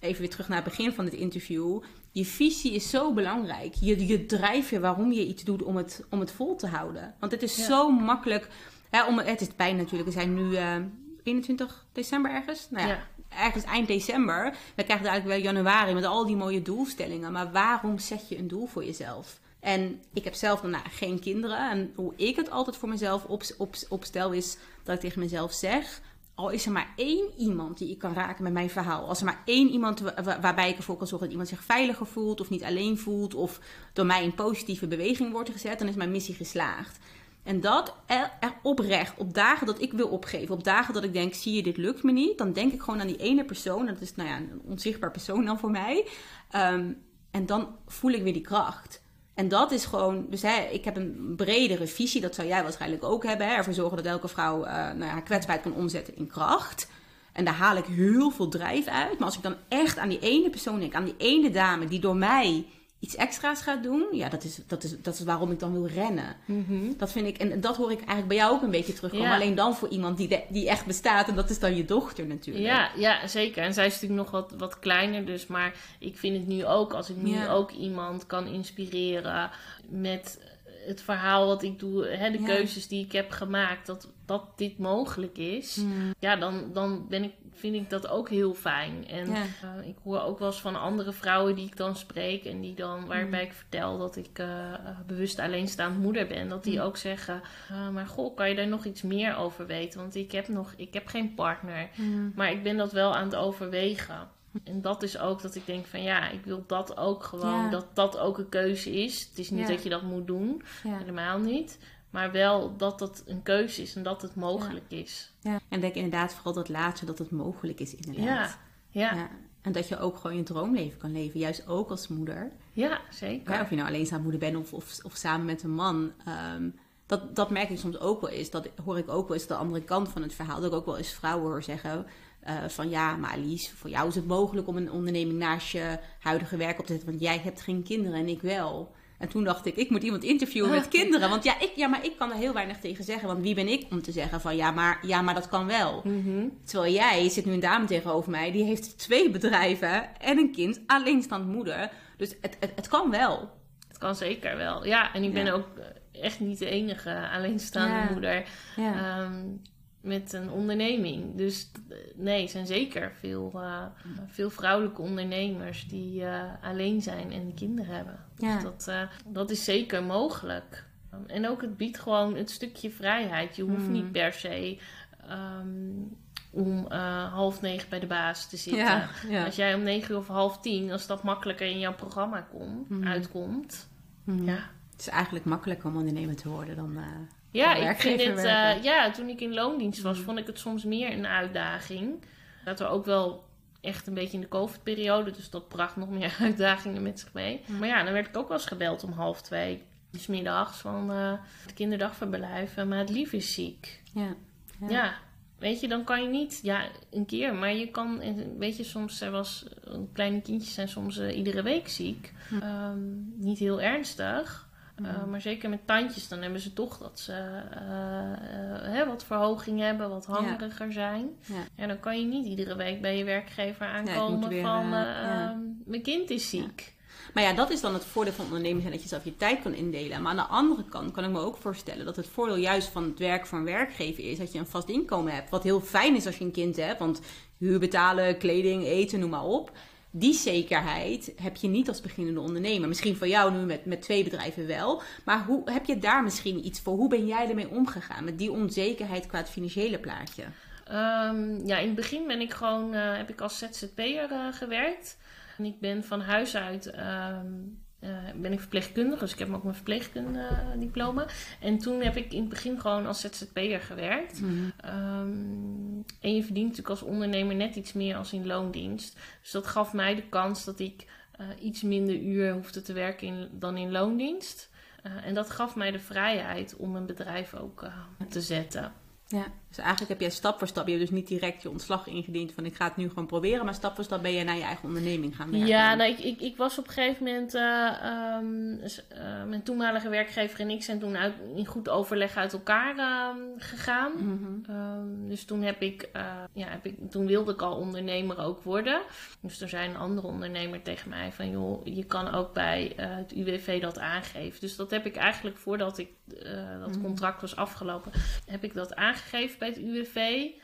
even weer terug naar het begin van dit interview. Je visie is zo belangrijk. Je, je drijfveer waarom je iets doet om het, om het vol te houden. Want het is ja. zo makkelijk. Hè, om, het is pijn natuurlijk. We zijn nu uh, eenentwintig december ergens. Nou ja, ja. Ergens eind december. We krijgen eigenlijk wel januari met al die mooie doelstellingen. Maar waarom zet je een doel voor jezelf? En ik heb zelf nou, geen kinderen. En hoe ik het altijd voor mezelf op, op, opstel is dat ik tegen mezelf zeg... Al is er maar één iemand die ik kan raken met mijn verhaal. Als er maar één iemand waar, waarbij ik ervoor kan zorgen dat iemand zich veiliger voelt... of niet alleen voelt of door mij in positieve beweging wordt gezet... dan is mijn missie geslaagd. En dat er, er oprecht, op dagen dat ik wil opgeven... op dagen dat ik denk, zie je, dit lukt me niet... dan denk ik gewoon aan die ene persoon. Dat is nou ja, een onzichtbaar persoon dan voor mij. Um, en dan voel ik weer die kracht... En dat is gewoon, dus hè, ik heb een bredere visie, dat zou jij waarschijnlijk ook hebben. Hè, ervoor zorgen dat elke vrouw uh, nou ja, haar kwetsbaarheid kan omzetten in kracht. En daar haal ik heel veel drijf uit. Maar als ik dan echt aan die ene persoon denk, aan die ene dame die door mij iets extra's gaat doen. Ja, dat is, dat is, dat is waarom ik dan wil rennen. Mm-hmm. Dat vind ik, en dat hoor ik eigenlijk bij jou ook een beetje terugkomen. Ja. Alleen dan voor iemand die, de, die echt bestaat. En dat is dan je dochter natuurlijk. Ja, ja, zeker. En zij is natuurlijk nog wat, wat kleiner. Dus, maar ik vind het nu ook, als ik nu ja. ook iemand kan inspireren met het verhaal wat ik doe, hè, de ja. keuzes die ik heb gemaakt, dat, dat dit mogelijk is. Mm. Ja, dan, dan ben ik, vind ik dat ook heel fijn. En ja. uh, ik hoor ook wel eens van andere vrouwen die ik dan spreek en die dan, waarbij mm. ik vertel dat ik uh, bewust alleenstaand moeder ben, dat die mm. ook zeggen, uh, maar goh, kan je daar nog iets meer over weten? Want ik heb nog, ik heb geen partner, mm. maar ik ben dat wel aan het overwegen. En dat is ook dat ik denk van ja, ik wil dat ook gewoon, ja. dat dat ook een keuze is. Het is niet ja. dat je dat moet doen, ja. helemaal niet. Maar wel dat dat een keuze is en dat het mogelijk ja. is. Ja. En denk inderdaad vooral dat laatste, dat het mogelijk is inderdaad. Ja. Ja. Ja. En dat je ook gewoon je droomleven kan leven, juist ook als moeder. Ja, zeker. Ja, of je nou alleenstaand moeder bent of, of, of samen met een man. Um, dat, dat merk ik soms ook wel eens. Dat hoor ik ook wel eens de andere kant van het verhaal. Dat ik ook wel eens vrouwen hoor zeggen... Uh, van ja, maar Alice, voor jou is het mogelijk om een onderneming naast je huidige werk op te zetten. Want jij hebt geen kinderen en ik wel. En toen dacht ik, ik moet iemand interviewen met kinderen. Want ja, ik, ja, maar ik kan er heel weinig tegen zeggen. Want wie ben ik om te zeggen van ja, maar, ja, maar dat kan wel. Mm-hmm. Terwijl jij, zit nu een dame tegenover mij, die heeft twee bedrijven en een kind, alleenstaand moeder. Dus het, het, het kan wel. Het kan zeker wel. Ja, en ik ben ja. ook echt niet de enige alleenstaande ja. moeder. Ja. Um, met een onderneming. Dus nee, er zijn zeker veel, uh, veel vrouwelijke ondernemers die uh, alleen zijn en kinderen hebben. Ja. Dus dat, uh, dat is zeker mogelijk. Um, en ook het biedt gewoon het stukje vrijheid. Je hoeft mm. niet per se um, om uh, half negen bij de baas te zitten. Ja, ja. Als jij om negen uur of half tien, als dat makkelijker in jouw programma komt, mm. uitkomt. Mm. Ja. Het is eigenlijk makkelijker om ondernemer te worden dan... Uh... Ja, ik vind het, uh, ja, toen ik in loondienst was, vond ik het soms meer een uitdaging. Dat we ook wel echt een beetje in de COVID-periode, dus dat bracht nog meer uitdagingen met zich mee. Maar ja, dan werd ik ook wel eens gebeld om half twee, dus middags, van uh, het kinderdagverblijf, uh, maar het lief is ziek. Ja, ja. ja, weet je, dan kan je niet, ja, een keer, maar je kan, weet je, soms, er was, kleine kindjes zijn soms uh, iedere week ziek. Um, niet heel ernstig. Uh, maar zeker met tandjes, dan hebben ze toch dat ze uh, uh, hè, wat verhoging hebben, wat hangeriger ja. zijn. Ja. En dan kan je niet iedere week bij je werkgever aankomen ja, weer, van uh, ja. uh, mijn kind is ziek. Ja. Maar ja, dat is dan het voordeel van ondernemen zijn, dat je zelf je tijd kan indelen. Maar aan de andere kant kan ik me ook voorstellen dat het voordeel juist van het werk van een werkgever is dat je een vast inkomen hebt. Wat heel fijn is als je een kind hebt, want huur betalen, kleding, eten, noem maar op. Die zekerheid heb je niet als beginnende ondernemer. Misschien voor jou nu met, met twee bedrijven wel. Maar hoe, heb je daar misschien iets voor? Hoe ben jij ermee omgegaan met die onzekerheid qua het financiële plaatje? Um, ja, in het begin ben ik gewoon, uh, heb ik als Z Z P'er uh, gewerkt. En ik ben van huis uit... Um, Uh, ben ik verpleegkundige, dus ik heb ook mijn verpleegkunde-diploma. En toen heb ik in het begin gewoon als Z Z P'er gewerkt. Mm-hmm. Um, en je verdient natuurlijk als ondernemer net iets meer als in loondienst. Dus dat gaf mij de kans dat ik uh, iets minder uur hoefde te werken in, dan in loondienst. Uh, en dat gaf mij de vrijheid om een bedrijf ook uh, te zetten. Ja, dus eigenlijk heb jij stap voor stap, je hebt dus niet direct je ontslag ingediend van ik ga het nu gewoon proberen, maar stap voor stap ben je naar je eigen onderneming gaan werken. Ja, nou, ik, ik, ik was op een gegeven moment, uh, um, uh, mijn toenmalige werkgever en ik zijn toen uit, in goed overleg uit elkaar uh, gegaan. Mm-hmm. Um, dus toen heb ik, uh, ja, heb ik, toen wilde ik al ondernemer ook worden. Dus er zei een andere ondernemer tegen mij van joh, je kan ook bij uh, het U W V dat aangeven. Dus dat heb ik eigenlijk voordat ik uh, dat mm-hmm. contract was afgelopen, heb ik dat aangegeven bij het U W V.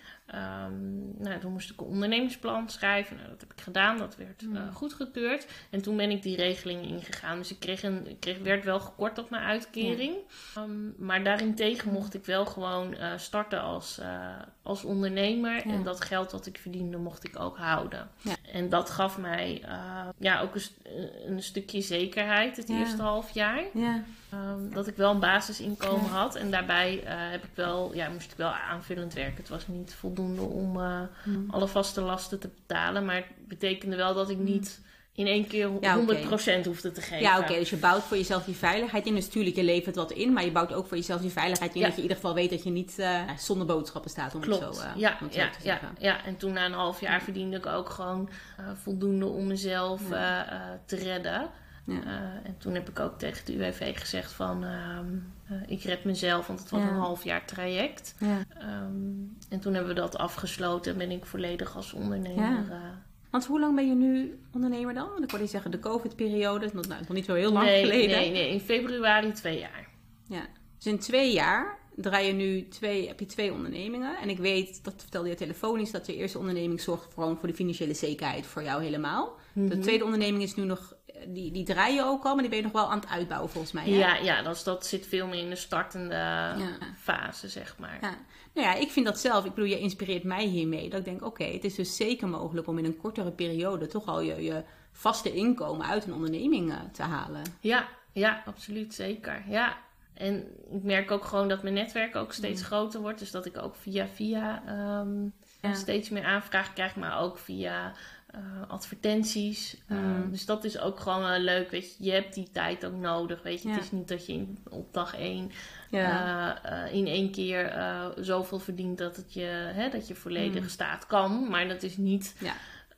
Um, nou, toen moest ik een ondernemingsplan schrijven. Nou, dat heb ik gedaan. Dat werd uh, goedgekeurd. En toen ben ik die regeling ingegaan. Dus ik, kreeg een, ik kreeg, werd wel gekort op mijn uitkering. Ja. Um, maar daarentegen mocht ik wel gewoon uh, starten als, uh, als ondernemer. Ja. En dat geld dat ik verdiende mocht ik ook houden. Ja. En dat gaf mij uh, ja, ook een, een stukje zekerheid het ja. eerste half jaar. Ja. Um, dat ik wel een basisinkomen ja. had. En daarbij uh, heb ik wel, ja, moest ik wel aanvullend werken. Het was niet voldoende om uh, mm. alle vaste lasten te betalen. Maar het betekende wel dat ik niet in één keer ja, honderd procent okay. hoefde te geven. Ja, oké. Okay. Dus je bouwt voor jezelf die veiligheid in. Dus natuurlijk, je levert wat in. Maar je bouwt ook voor jezelf die veiligheid in. Ja. Dat je in ieder geval weet dat je niet uh, zonder boodschappen staat. Om Klopt. het zo, uh, ja, om het ja, zo te zeggen. Ja, ja, en toen na een half jaar verdiende ik ook gewoon uh, voldoende om mezelf ja. uh, uh, te redden. Ja. Uh, en toen heb ik ook tegen de U W V gezegd van uh, uh, ik red mezelf, want het was ja. een half jaar traject. Ja. Um, en toen hebben we dat afgesloten en ben ik volledig als ondernemer. Ja. Uh, want hoe lang ben je nu ondernemer dan? Want ik hoorde je zeggen de COVID-periode, dat is nog, nou, nog niet zo heel lang nee, geleden. Nee, nee, in februari twee jaar. Ja, dus in twee jaar draai je nu twee, heb je twee ondernemingen. En ik weet, dat vertelde je telefonisch, dat je eerste onderneming zorgt gewoon voor de financiële zekerheid voor jou helemaal. Mm-hmm. De tweede onderneming is nu nog, die, die draai je ook al, maar die ben je nog wel aan het uitbouwen volgens mij. Hè? Ja, ja dat, dat zit veel meer in de startende ja. fase, zeg maar. Ja. Nou ja, ik vind dat zelf, ik bedoel, je inspireert mij hiermee. Dat ik denk, oké, okay, het is dus zeker mogelijk om in een kortere periode toch al je, je vaste inkomen uit een onderneming uh, te halen. Ja, ja, absoluut, zeker. Ja. En ik merk ook gewoon dat mijn netwerk ook steeds mm. groter wordt. Dus dat ik ook via via um, ja. steeds meer aanvragen krijg. Maar ook via uh, advertenties. Mm. Um, dus dat is ook gewoon uh, leuk. Weet je, je hebt die tijd ook nodig. Weet je, ja. Het is niet dat je in, op dag één ja. uh, uh, in één keer uh, zoveel verdient dat, het je, hè, dat je volledig mm. staat kan. Maar dat is niet ja.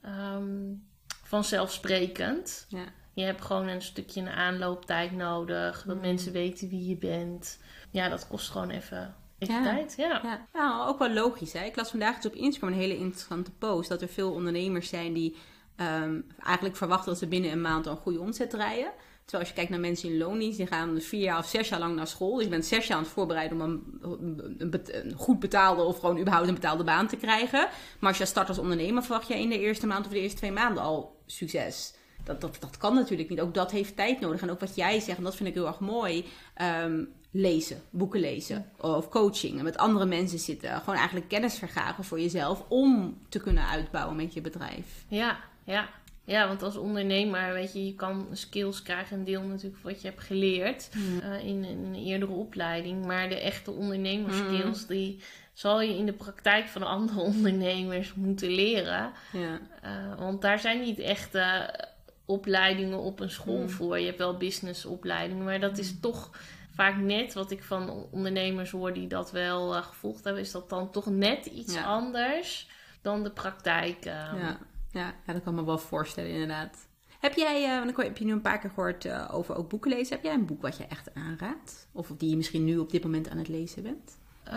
um, vanzelfsprekend. Ja. Je hebt gewoon een stukje een aanlooptijd nodig. Dat mm. mensen weten wie je bent. Ja, dat kost gewoon even, even ja. tijd. Ja. Ja. Nou, ook wel logisch. Hè? Ik las vandaag eens op Instagram een hele interessante post. Dat er veel ondernemers zijn die um, eigenlijk verwachten dat ze binnen een maand al een goede omzet draaien. Terwijl als je kijkt naar mensen in loondienst, die gaan dus vier jaar of zes jaar lang naar school. Dus je bent zes jaar aan het voorbereiden om een, een, een goed betaalde of gewoon überhaupt een betaalde baan te krijgen. Maar als je start als ondernemer, verwacht je in de eerste maand of de eerste twee maanden al succes. Dat, dat, dat kan natuurlijk niet. Ook dat heeft tijd nodig. En ook wat jij zegt, en dat vind ik heel erg mooi. Um, lezen, boeken lezen. Ja. Of coaching. En met andere mensen zitten. Gewoon eigenlijk kennis vergaren voor jezelf. Om te kunnen uitbouwen met je bedrijf. Ja, ja. Ja, want als ondernemer, weet je, je kan skills krijgen. Een deel natuurlijk wat je hebt geleerd. Mm. Uh, in, in een eerdere opleiding. Maar de echte ondernemerskills, mm. die zal je in de praktijk van andere ondernemers moeten leren. Ja. Uh, want daar zijn niet echte opleidingen op een school mm. voor. Je hebt wel businessopleidingen, maar dat is mm. toch vaak net wat ik van ondernemers hoor die dat wel uh, gevolgd hebben, is dat dan toch net iets ja. anders dan de praktijk. Uh. Ja. Ja, ja, dat kan me wel voorstellen inderdaad. Heb jij, uh, want ik heb je nu een paar keer gehoord uh, over ook boeken lezen. Heb jij een boek wat je echt aanraadt? Of die je misschien nu op dit moment aan het lezen bent?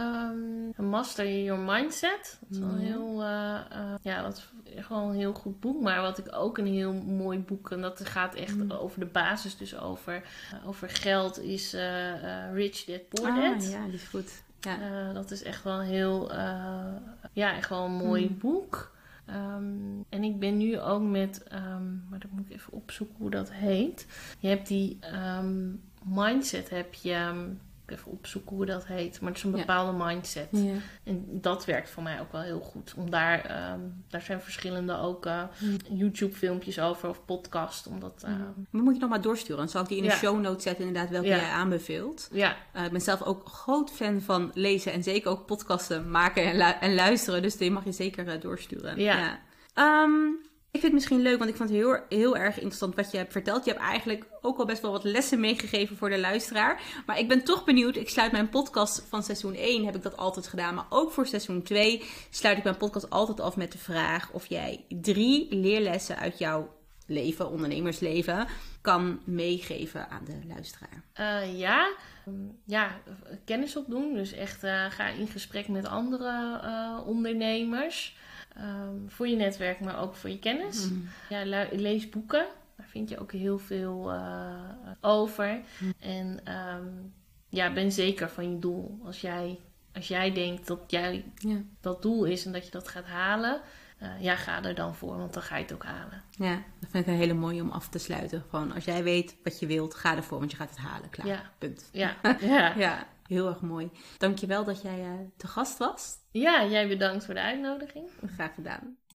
Um, Master Your Mindset. Dat is wel een heel, uh, uh, ja, dat is gewoon een heel goed boek. Maar wat ik ook een heel mooi boek, en dat gaat echt mm. over de basis, dus over, uh, over geld, is uh, uh, Rich Dad Poor Dad. Ah, ja, die is goed. Ja. Uh, dat is echt wel een heel, uh, ja, echt wel een mooi mm. boek. Um, en ik ben nu ook met, um, maar dan moet ik even opzoeken hoe dat heet. Je hebt die um, mindset, heb je, um, even opzoeken hoe dat heet, maar het is een bepaalde ja. mindset. Ja. En dat werkt voor mij ook wel heel goed. Om daar, um, daar zijn verschillende ook uh, mm. YouTube filmpjes over of podcast. Omdat, uh, mm. Maar moet je nog maar doorsturen. Dan zal ik die in de ja. show notes zetten inderdaad welke ja. jij aanbeveelt. Ja. Uh, ik ben zelf ook groot fan van lezen en zeker ook podcasten maken en, lu- en luisteren. Dus die mag je zeker uh, doorsturen. Ja. ja. Um, Ik vind het misschien leuk, want ik vond het heel, heel erg interessant wat je hebt verteld. Je hebt eigenlijk ook al best wel wat lessen meegegeven voor de luisteraar. Maar ik ben toch benieuwd. Ik sluit mijn podcast van seizoen één, heb ik dat altijd gedaan. Maar ook voor seizoen twee sluit ik mijn podcast altijd af met de vraag of jij drie leerlessen uit jouw leven, ondernemersleven, kan meegeven aan de luisteraar. Uh, ja. ja, kennis opdoen. Dus echt uh, ga in gesprek met andere uh, ondernemers. Um, voor je netwerk, maar ook voor je kennis. Mm. Ja, lu- lees boeken. Daar vind je ook heel veel uh, over. Mm. En um, ja, ben zeker van je doel. Als jij, als jij denkt dat jij ja. dat doel is en dat je dat gaat halen, uh, ja, ga er dan voor, want dan ga je het ook halen. Ja, dat vind ik een hele mooie om af te sluiten. Gewoon, als jij weet wat je wilt, ga ervoor, want je gaat het halen. Klaar, ja. punt. Ja, ja. ja, heel erg mooi. Dankjewel dat jij uh, te gast was. Ja, jij bedankt voor de uitnodiging. Graag gedaan.